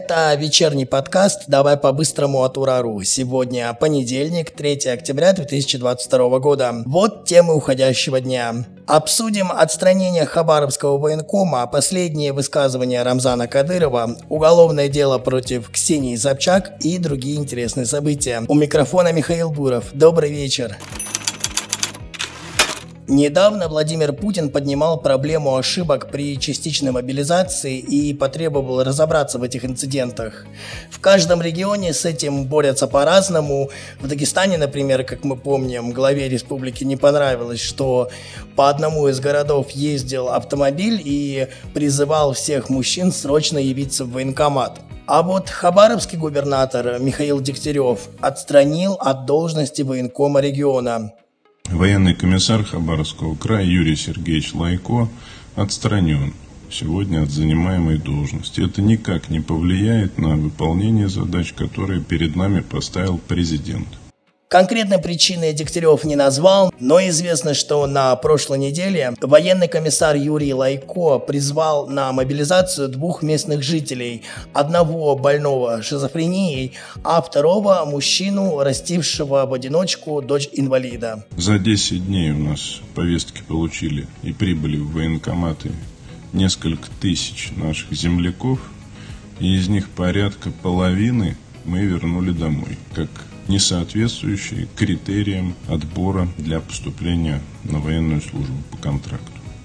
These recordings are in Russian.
Это вечерний подкаст «Давай по-быстрому от Ура.ру». Сегодня понедельник, 3 октября 2022 года. Вот темы уходящего дня. Обсудим отстранение Хабаровского военкома, последние высказывания Рамзана Кадырова, уголовное дело против Ксении Собчак и другие интересные события. У микрофона Михаил Буров. Добрый вечер. Недавно Владимир Путин поднимал проблему ошибок при частичной мобилизации и потребовал разобраться в этих инцидентах. В каждом регионе с этим борются по-разному. В Дагестане, например, как мы помним, главе республики не понравилось, что по одному из городов ездил автомобиль и призывал всех мужчин срочно явиться в военкомат. А вот хабаровский губернатор Михаил Дегтярев отстранил от должности военкома региона. Военный комиссар Хабаровского края Юрий Сергеевич Лайко отстранен сегодня от занимаемой должности. Это никак не повлияет на выполнение задач, которые перед нами поставил президент. Конкретной причины Дегтярев не назвал, но известно, что на прошлой неделе военный комиссар Юрий Лайко призвал на мобилизацию двух местных жителей, одного больного шизофренией, а второго мужчину, растившего в одиночку дочь инвалида. За 10 дней у нас повестки получили и прибыли в военкоматы несколько тысяч наших земляков, и из них порядка половины мы вернули домой, как не соответствующие критериям отбора для поступления на военную службу по контракту.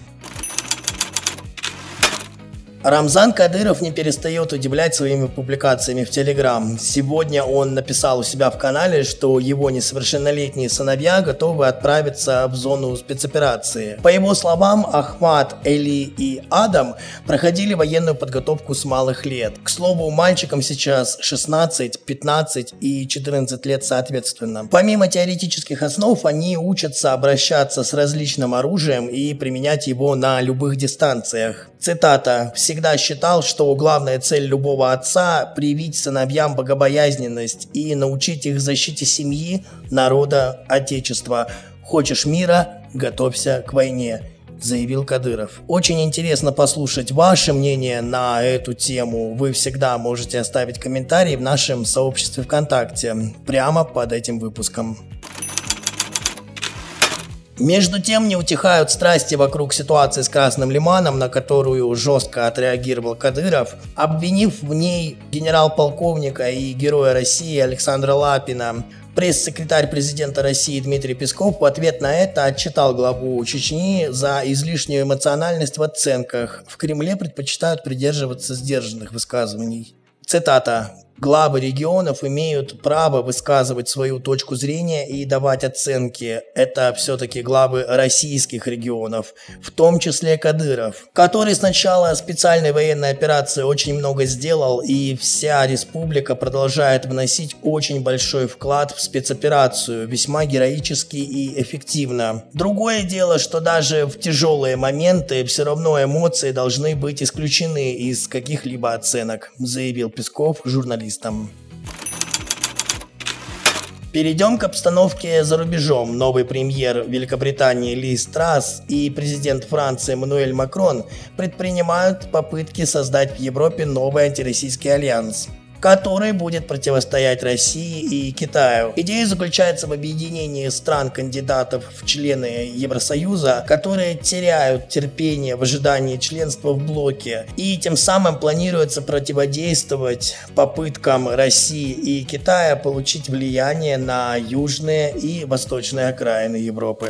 Рамзан Кадыров не перестает удивлять своими публикациями в Телеграм. Сегодня он написал у себя в канале, что его несовершеннолетние сыновья готовы отправиться в зону спецоперации. По его словам, Ахмад, Эли и Адам проходили военную подготовку с малых лет. К слову, мальчикам сейчас 16, 15 и 14 лет соответственно. Помимо теоретических основ, они учатся обращаться с различным оружием и применять его на любых дистанциях. Цитата: «Всегда считал, что главная цель любого отца – привить сыновьям богобоязненность и научить их защите семьи, народа, отечества. Хочешь мира – готовься к войне», – заявил Кадыров. Очень интересно послушать ваше мнение на эту тему. Вы всегда можете оставить комментарий в нашем сообществе ВКонтакте, прямо под этим выпуском. Между тем не утихают страсти вокруг ситуации с Красным Лиманом, на которую жестко отреагировал Кадыров, обвинив в ней генерал-полковника и героя России Александра Лапина. Пресс-секретарь президента России Дмитрий Песков в ответ на это отчитал главу Чечни за излишнюю эмоциональность в оценках. В Кремле предпочитают придерживаться сдержанных высказываний. Цитата: «Главы регионов имеют право высказывать свою точку зрения и давать оценки. Это все-таки главы российских регионов, в том числе Кадыров, который с начала специальной военной операции очень много сделал, и вся республика продолжает вносить очень большой вклад в спецоперацию, весьма героически и эффективно. Другое дело, что даже в тяжелые моменты все равно эмоции должны быть исключены из каких-либо оценок», заявил Песков журналистам. Перейдем к обстановке за рубежом. Новый премьер Великобритании Лиз Трасс и президент Франции Эммануэль Макрон предпринимают попытки создать в Европе новый антироссийский альянс, который будет противостоять России и Китаю. Идея заключается в объединении стран-кандидатов в члены Евросоюза, которые теряют терпение в ожидании членства в блоке, и тем самым планируется противодействовать попыткам России и Китая получить влияние на южные и восточные окраины Европы.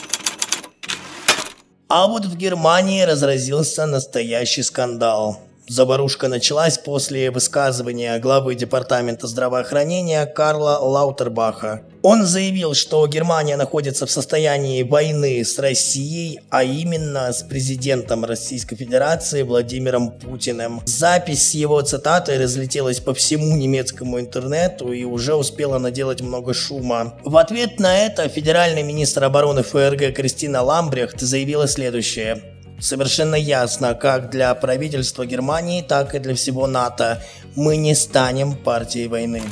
А вот в Германии разразился настоящий скандал. Заварушка началась после высказывания главы департамента здравоохранения Карла Лаутербаха. Он заявил, что Германия находится в состоянии войны с Россией, а именно с президентом Российской Федерации Владимиром Путиным. Запись с его цитатой разлетелась по всему немецкому интернету и уже успела наделать много шума. В ответ на это федеральный министр обороны ФРГ Кристина Ламбрехт заявила следующее: «Совершенно ясно, как для правительства Германии, так и для всего НАТО. Мы не станем партией войны».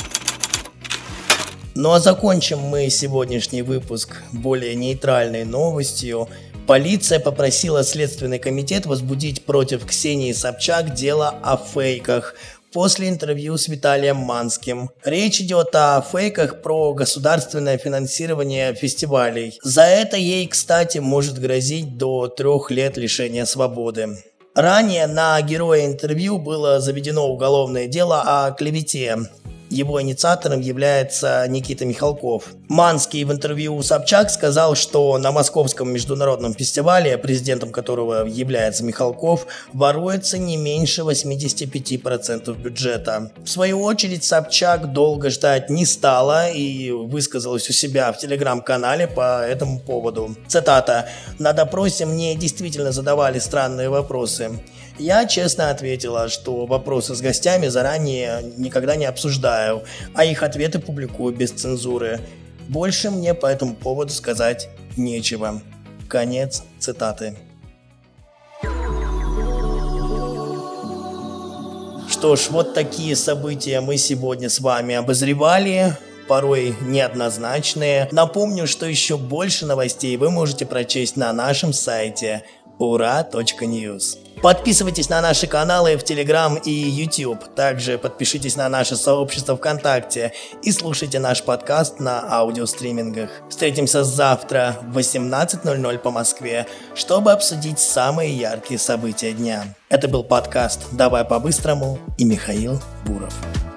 Ну а закончим мы сегодняшний выпуск более нейтральной новостью. Полиция попросила Следственный комитет возбудить против Ксении Собчак дело о фейках. после интервью с Виталием Манским. Речь идет о фейках про государственное финансирование фестивалей. За это ей, кстати, может грозить до 3 лет лишения свободы. Ранее на героя интервью было заведено уголовное дело о клевете. Его инициатором является Никита Михалков. Манский в интервью у Собчак сказал, что на Московском международном фестивале, президентом которого является Михалков, воруется не меньше 85% бюджета. В свою очередь Собчак долго ждать не стала и высказалась у себя в телеграм-канале по этому поводу. Цитата: «На допросе мне действительно задавали странные вопросы. Я честно ответила, что вопросы с гостями заранее никогда не обсуждаю, а их ответы публикую без цензуры. Больше мне по этому поводу сказать нечего». Конец цитаты. Что ж, вот такие события мы сегодня с вами обозревали, порой неоднозначные. Напомню, что еще больше новостей вы можете прочесть на нашем сайте ura.news. Подписывайтесь на наши каналы в Telegram и YouTube. Также подпишитесь на наше сообщество ВКонтакте и слушайте наш подкаст на аудиостримингах. Встретимся завтра в 18:00 по Москве, чтобы обсудить самые яркие события дня. Это был подкаст «Давай по-быстрому» и Михаил Буров.